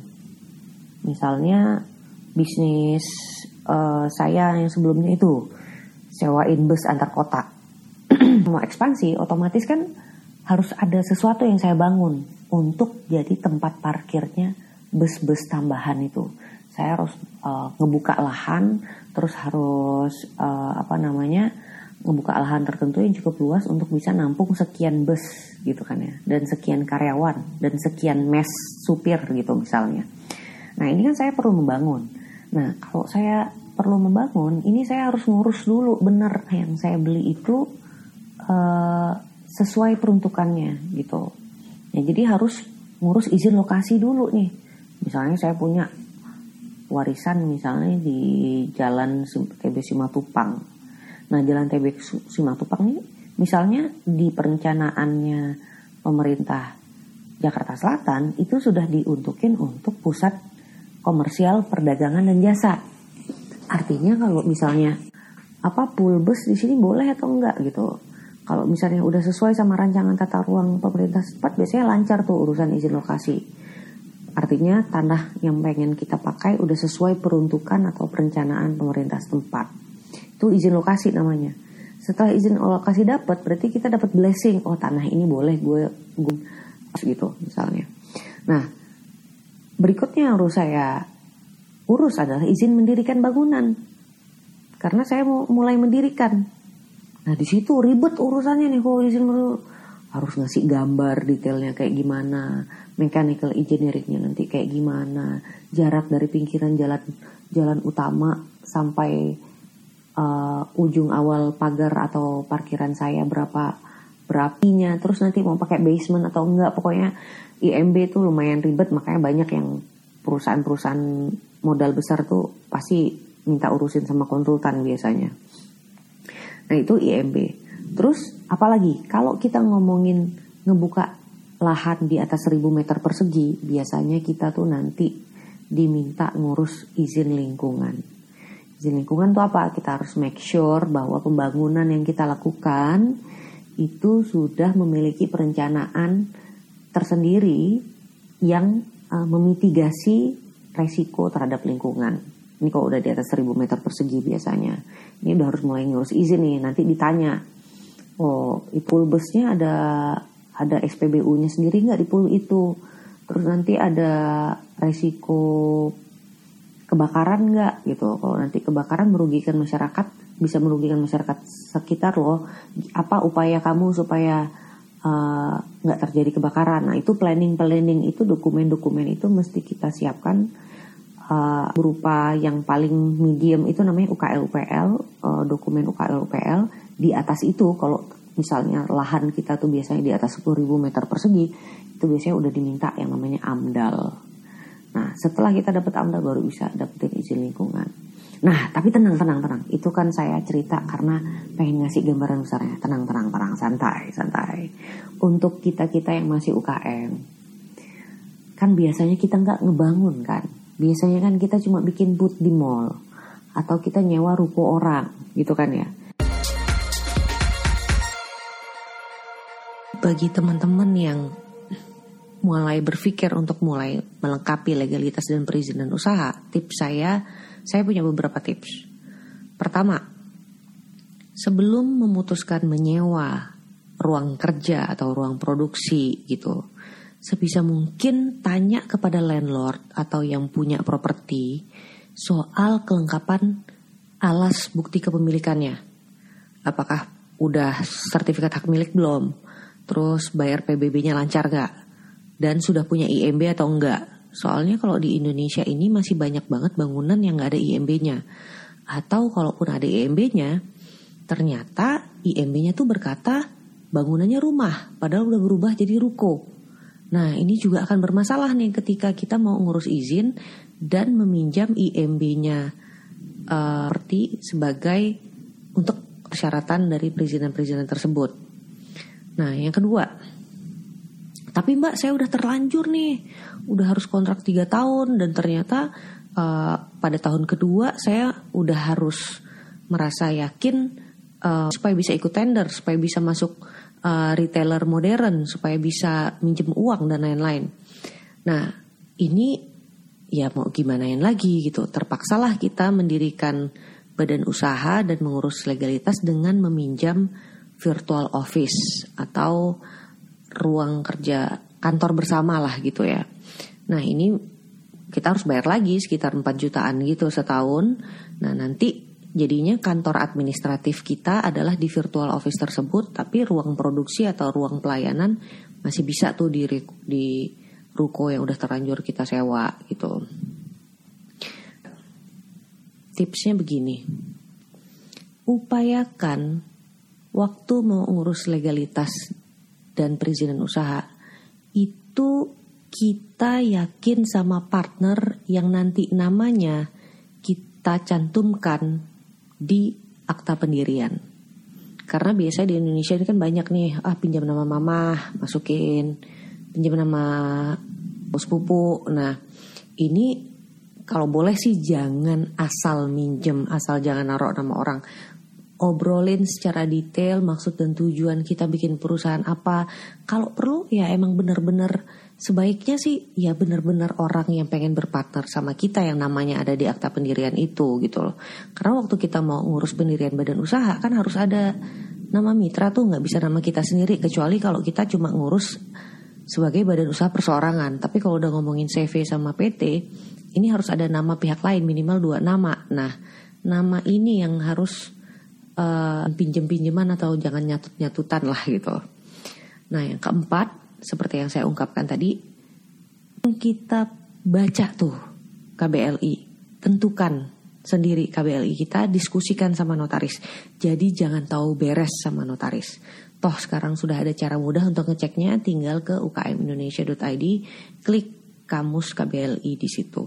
Misalnya bisnis uh, saya yang sebelumnya itu sewain bus antar kota. Mau ekspansi, otomatis kan harus ada sesuatu yang saya bangun untuk jadi tempat parkirnya bus-bus tambahan itu. Saya harus uh, ngebuka lahan, terus harus uh, apa namanya ngebuka lahan tertentu yang cukup luas untuk bisa nampung sekian bus gitu kan ya, dan sekian karyawan dan sekian mes supir gitu misalnya. Nah, ini kan saya perlu membangun. Nah, kalau saya perlu membangun, ini saya harus ngurus dulu benar yang saya beli itu uh, sesuai peruntukannya gitu. Ya, jadi harus ngurus izin lokasi dulu nih. Misalnya saya punya warisan misalnya di Jalan T B Simatupang. Nah, Jalan T B Simatupang ini misalnya di perencanaannya pemerintah Jakarta Selatan itu sudah diuntukin untuk pusat komersial perdagangan dan jasa. Artinya kalau misalnya apa pulbes di sini boleh atau enggak gitu. Kalau misalnya udah sesuai sama rancangan tata ruang pemerintah setempat, biasanya lancar tuh urusan izin lokasi. Artinya tanah yang pengen kita pakai udah sesuai peruntukan atau perencanaan pemerintah setempat. Itu izin lokasi namanya. Setelah izin lokasi dapat, berarti kita dapat blessing. Oh, tanah ini boleh gue, gue gitu misalnya. Nah, berikutnya yang harus saya urus adalah izin mendirikan bangunan. Karena saya mau mulai mendirikan. Nah, di situ ribet urusannya nih kalau izin dulu. Harus ngasih gambar detailnya kayak gimana, mechanical engineeringnya nanti kayak gimana, jarak dari pinggiran jalan jalan utama sampai uh, ujung awal pagar atau parkiran saya berapa berapinya, terus nanti mau pakai basement atau enggak, pokoknya I M B tuh lumayan ribet, makanya banyak yang perusahaan-perusahaan modal besar tuh pasti minta urusin sama konsultan biasanya. Nah, itu I M B. Terus apalagi kalau kita ngomongin ngebuka lahan di atas seribu meter persegi, biasanya kita tuh nanti diminta ngurus izin lingkungan. Izin lingkungan tuh apa? Kita harus make sure bahwa pembangunan yang kita lakukan itu sudah memiliki perencanaan tersendiri yang uh, memitigasi resiko terhadap lingkungan. Ini kalau udah di atas seribu meter persegi biasanya. Ini udah harus mulai ngurus izin nih, nanti ditanya. Oh, di pulbesnya ada ada S P B U-nya sendiri nggak di pul itu? Terus nanti ada resiko kebakaran nggak gitu? Kalau nanti kebakaran merugikan masyarakat, bisa merugikan masyarakat sekitar loh. Apa upaya kamu supaya nggak uh, terjadi kebakaran? Nah, itu planning-planning itu dokumen-dokumen itu mesti kita siapkan uh, berupa yang paling medium itu namanya U K L U P L, uh, dokumen U K L U P L. Di atas itu kalau misalnya lahan kita tuh biasanya di atas sepuluh ribu meter persegi, itu biasanya udah diminta yang namanya AMDAL. Nah, setelah kita dapat AMDAL baru bisa dapetin izin lingkungan. Nah, tapi tenang, tenang, tenang. Itu kan saya cerita karena pengen ngasih gambaran besarnya. Tenang, tenang, tenang, santai, santai. Untuk kita-kita yang masih U K M, kan biasanya kita nggak ngebangun kan. Biasanya kan kita cuma bikin booth di mall atau kita nyewa ruko orang, gitu kan ya. Bagi teman-teman yang mulai berpikir untuk mulai melengkapi legalitas dan perizinan usaha, tips saya, saya punya beberapa tips. Pertama, sebelum memutuskan menyewa ruang kerja atau ruang produksi gitu, sebisa mungkin tanya kepada landlord atau yang punya properti soal kelengkapan alas bukti kepemilikannya. Apakah udah sertifikat hak milik belum? Terus bayar P B B-nya lancar gak? Dan sudah punya I M B atau enggak? Soalnya kalau di Indonesia ini masih banyak banget bangunan yang gak ada I M B-nya. Atau kalaupun ada I M B-nya, ternyata I M B-nya tuh berkata bangunannya rumah, padahal udah berubah jadi ruko. Nah, ini juga akan bermasalah nih ketika kita mau ngurus izin dan meminjam I M B-nya uh, seperti sebagai untuk persyaratan dari perizinan-perizinan tersebut. Nah, yang kedua, tapi mbak saya udah terlanjur nih, udah harus kontrak tiga tahun dan ternyata uh, pada tahun kedua saya udah harus merasa yakin uh, supaya bisa ikut tender, supaya bisa masuk uh, retailer modern, supaya bisa minjem uang dan lain-lain. Nah, ini ya mau gimanain lagi gitu, terpaksalah kita mendirikan badan usaha dan mengurus legalitas dengan meminjam virtual office atau ruang kerja kantor bersama lah gitu ya. Nah, ini kita harus bayar lagi sekitar empat jutaan gitu setahun. Nah, nanti jadinya kantor administratif kita adalah di virtual office tersebut, tapi ruang produksi atau ruang pelayanan masih bisa tuh di di ruko yang udah terlanjur kita sewa gitu. tipsnya begini. Upayakan waktu mau ngurus legalitas dan perizinan usaha itu kita yakin sama partner yang nanti namanya kita cantumkan di akta pendirian. Karena biasanya di Indonesia ini kan banyak nih, ah pinjam nama mama, masukin, pinjam nama sepupu. Nah, ini kalau boleh sih jangan asal minjem, asal jangan naruh nama orang. Obrolin secara detail maksud dan tujuan kita bikin perusahaan apa. Kalau perlu ya emang benar-benar sebaiknya sih ya benar-benar orang yang pengen berpartner sama kita yang namanya ada di akta pendirian itu gitu loh. Karena waktu kita mau ngurus pendirian badan usaha kan harus ada nama mitra tuh, nggak bisa nama kita sendiri kecuali kalau kita cuma ngurus sebagai badan usaha perseorangan. Tapi kalau udah ngomongin C V sama P T, ini harus ada nama pihak lain minimal dua nama. Nah, nama ini yang harus Uh, pinjem-pinjeman atau jangan nyatut-nyatutan lah gitu. Nah yang keempat, seperti yang saya ungkapkan tadi, kita baca tuh K B L I, tentukan sendiri K B L I kita, diskusikan sama notaris. Jadi jangan tahu beres sama notaris. Toh sekarang sudah ada cara mudah untuk ngeceknya, tinggal ke u k m indonesia dot i d, klik kamus K B L I di situ.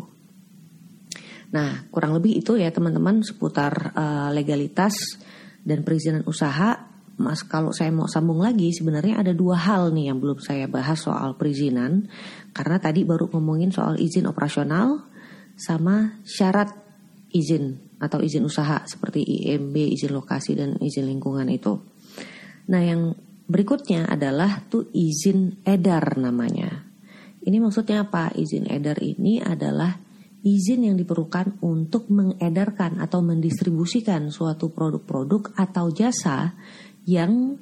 Nah kurang lebih itu ya teman-teman seputar uh, legalitas dan perizinan usaha. Mas, kalau saya mau sambung lagi, sebenarnya ada dua hal nih yang belum saya bahas soal perizinan. Karena tadi baru ngomongin soal izin operasional sama syarat izin atau izin usaha seperti I M B, izin lokasi dan izin lingkungan itu. Nah yang berikutnya adalah tuh izin edar namanya. Ini maksudnya apa? Izin edar ini adalah izin yang diperlukan untuk mengedarkan atau mendistribusikan suatu produk-produk atau jasa yang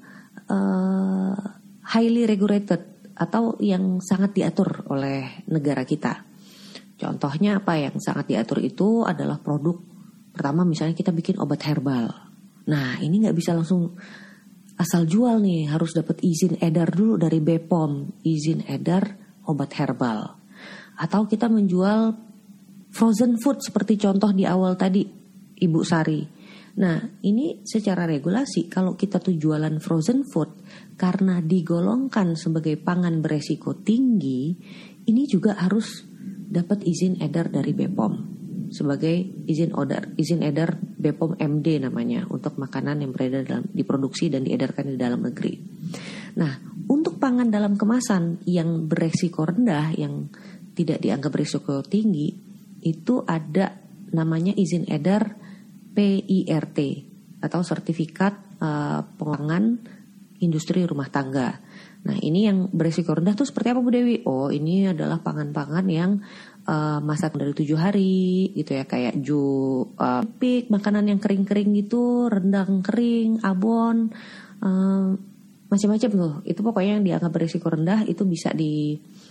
uh, highly regulated atau yang sangat diatur oleh negara kita. Contohnya apa yang sangat diatur itu adalah produk pertama, misalnya kita bikin obat herbal. Nah ini nggak bisa langsung asal jual nih, harus dapat izin edar dulu dari B P O M, izin edar obat herbal. Atau kita menjual frozen food seperti contoh di awal tadi Ibu Sari. Nah ini secara regulasi kalau kita tuh jualan frozen food karena digolongkan sebagai pangan beresiko tinggi, ini juga harus dapat izin edar dari B P O M sebagai izin odar, izin edar B P O M M D namanya, untuk makanan yang beredar dalam, diproduksi dan diedarkan di dalam negeri. Nah untuk pangan dalam kemasan yang beresiko rendah, yang tidak dianggap beresiko tinggi, itu ada namanya izin edar P I R T atau sertifikat uh, pengurangan industri rumah tangga. Nah ini yang beresiko rendah tuh seperti apa Bu Dewi? Oh ini adalah pangan-pangan yang uh, masak dari tujuh hari gitu ya, kayak ju, uh, pik, makanan yang kering-kering gitu, rendang kering, abon, uh, macam-macam tuh. Itu pokoknya yang dianggap beresiko rendah itu bisa di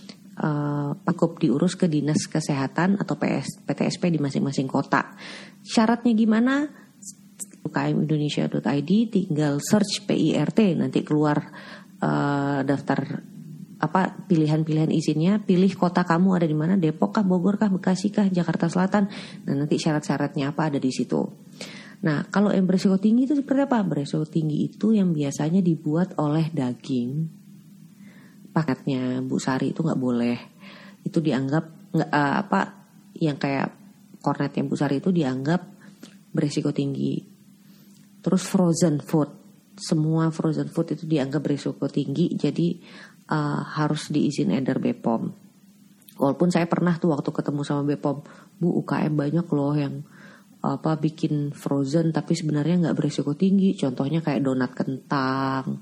Uh, cukup diurus ke dinas kesehatan atau P T S P di masing-masing kota. Syaratnya gimana? u k m indonesia dot i d, tinggal search P I R T, nanti keluar uh, daftar apa pilihan-pilihan izinnya. Pilih kota kamu ada di mana, Depok kah, Bogor kah, Bekasi kah, Jakarta Selatan. Nah nanti syarat-syaratnya apa ada di situ. Nah kalau yang beresiko tinggi itu seperti apa? Beresiko tinggi itu yang biasanya dibuat oleh daging. Paketnya Bu Sari itu nggak boleh, itu dianggap nggak uh, apa yang kayak kornetnya Bu Sari itu dianggap beresiko tinggi. Terus frozen food, semua frozen food itu dianggap beresiko tinggi, jadi uh, harus diizin edar B P O M. Walaupun saya pernah tuh waktu ketemu sama B P O M, Bu U K M banyak loh yang apa bikin frozen tapi sebenarnya nggak beresiko tinggi. Contohnya kayak donat kentang,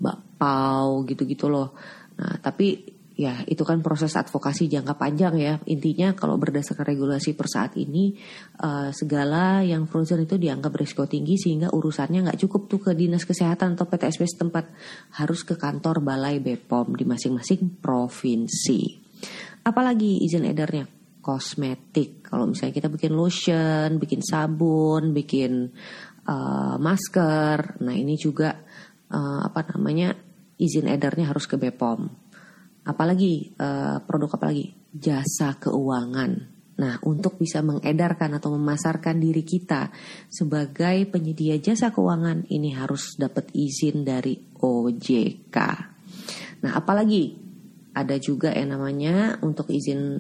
bakpao gitu-gitu loh. Nah tapi ya itu kan proses advokasi jangka panjang ya. Intinya kalau berdasarkan regulasi per saat ini uh, segala yang frozen itu dianggap berisiko tinggi, sehingga urusannya nggak cukup tuh ke dinas kesehatan atau P T S P setempat, harus ke kantor balai B P O M di masing-masing provinsi. Apalagi izin edarnya kosmetik. Kalau misalnya kita bikin lotion, bikin sabun, bikin uh, masker, nah ini juga uh, apa namanya izin edarnya harus ke B P O M. Apalagi uh, produk apa lagi? Jasa keuangan. Nah, untuk bisa mengedarkan atau memasarkan diri kita sebagai penyedia jasa keuangan, ini harus dapat izin dari O J K. Nah, apalagi ada juga yang namanya untuk izin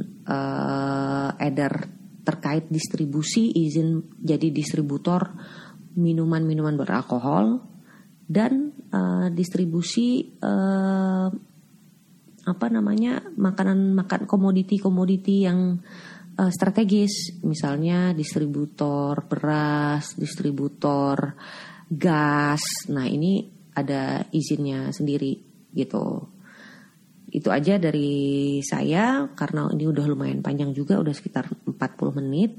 uh, edar terkait distribusi, izin jadi distributor minuman-minuman beralkohol dan uh, distribusi uh, apa namanya makanan makan komoditi-komoditi yang Uh, strategis, misalnya distributor beras, distributor gas. Nah, ini ada izinnya sendiri gitu. Itu aja dari saya karena ini udah lumayan panjang juga, udah sekitar empat puluh menit.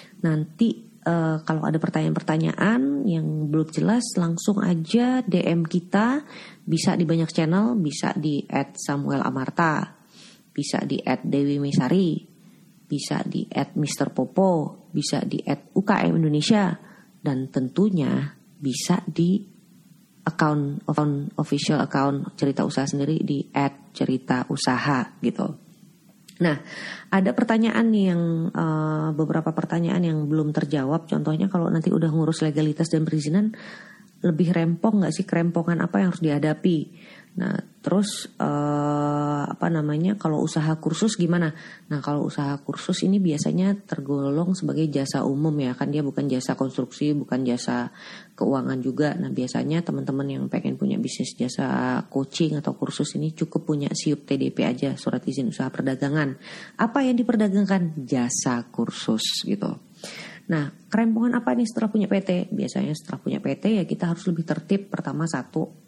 Nanti uh, kalau ada pertanyaan-pertanyaan yang belum jelas, langsung aja D M kita, bisa di banyak channel, bisa di et samuel amarta, bisa di et dewi mesari, bisa di et mister popo, bisa di et U K M Indonesia, dan tentunya bisa di account, account official account cerita usaha sendiri di et cerita usaha gitu. Nah, ada pertanyaan nih yang uh, beberapa pertanyaan yang belum terjawab. Contohnya kalau nanti udah ngurus legalitas dan perizinan, lebih rempong nggak sih, kerempongan apa yang harus dihadapi? Nah, terus uh, apa namanya kalau usaha kursus gimana? Nah, kalau usaha kursus ini biasanya tergolong sebagai jasa umum ya, kan dia bukan jasa konstruksi, bukan jasa keuangan juga. Nah, biasanya teman-teman yang pengen punya bisnis jasa coaching atau kursus ini cukup punya S I U P T D P aja, surat izin usaha perdagangan. Apa yang diperdagangkan? Jasa kursus gitu. Nah, kerempongan apa nih setelah punya P T? Biasanya setelah punya P T ya kita harus lebih tertib. Pertama satu,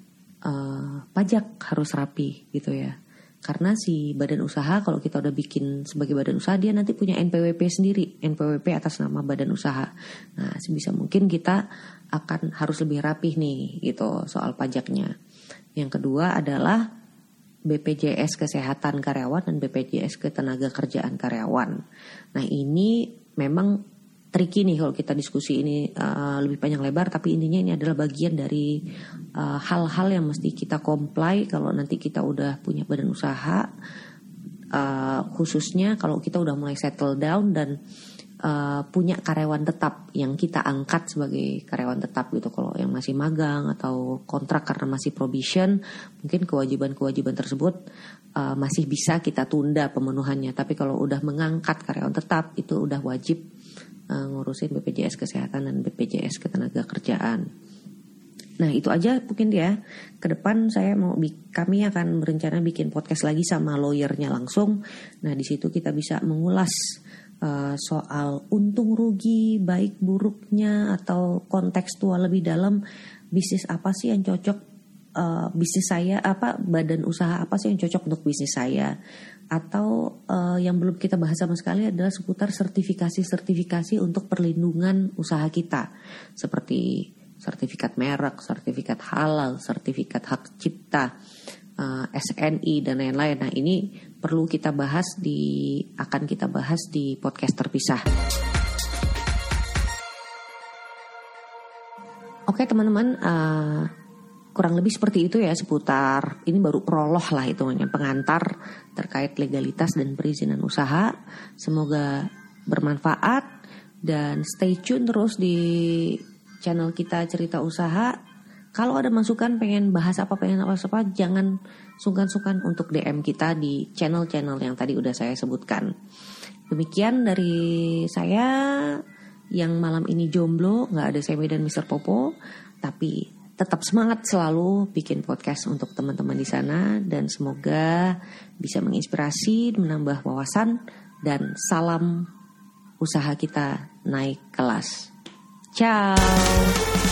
Uh, pajak harus rapi gitu ya. Karena si badan usaha kalau kita udah bikin sebagai badan usaha, dia nanti punya N P W P sendiri, N P W P atas nama badan usaha. Nah, sebisa mungkin kita akan harus lebih rapih nih gitu soal pajaknya. Yang kedua adalah B P J S kesehatan karyawan dan B P J S ketenaga kerjaan karyawan. Nah, ini memang tricky nih kalau kita diskusi ini uh, lebih panjang lebar, tapi intinya ini adalah bagian dari uh, hal-hal yang mesti kita comply kalau nanti kita udah punya badan usaha, uh, khususnya kalau kita udah mulai settle down dan uh, punya karyawan tetap yang kita angkat sebagai karyawan tetap gitu. Kalau yang masih magang atau kontrak karena masih probation, mungkin kewajiban-kewajiban tersebut uh, masih bisa kita tunda pemenuhannya. Tapi kalau udah mengangkat karyawan tetap, itu udah wajib ngurusin B P J S kesehatan dan B P J S ketenaga kerjaan. Nah, itu aja mungkin ya. Ke depan saya mau kami akan berencana bikin podcast lagi sama lawyernya langsung. Nah, di situ kita bisa mengulas uh, soal untung rugi, baik buruknya atau kontekstual lebih dalam, bisnis apa sih yang cocok, uh, bisnis saya apa badan usaha apa sih yang cocok untuk bisnis saya. Atau uh, yang belum kita bahas sama sekali adalah seputar sertifikasi-sertifikasi untuk perlindungan usaha kita. Seperti sertifikat merek, sertifikat halal, sertifikat hak cipta, uh, S N I dan lain-lain. Nah, ini perlu kita bahas di akan kita bahas di podcast terpisah. Oke teman-teman, uh, kurang lebih seperti itu ya seputar, ini baru prolog lah hitungannya, pengantar terkait legalitas dan perizinan usaha. Semoga bermanfaat dan stay tune terus di channel kita Cerita Usaha. Kalau ada masukan pengen bahas apa, pengen apa apa, jangan sungkan-sungkan untuk D M kita di channel-channel yang tadi udah saya sebutkan. Demikian dari saya yang malam ini jomblo, gak ada Semi dan mister Popo, tapi tetap semangat selalu bikin podcast untuk teman-teman di sana, dan semoga bisa menginspirasi, menambah wawasan, dan salam usaha kita naik kelas. Ciao.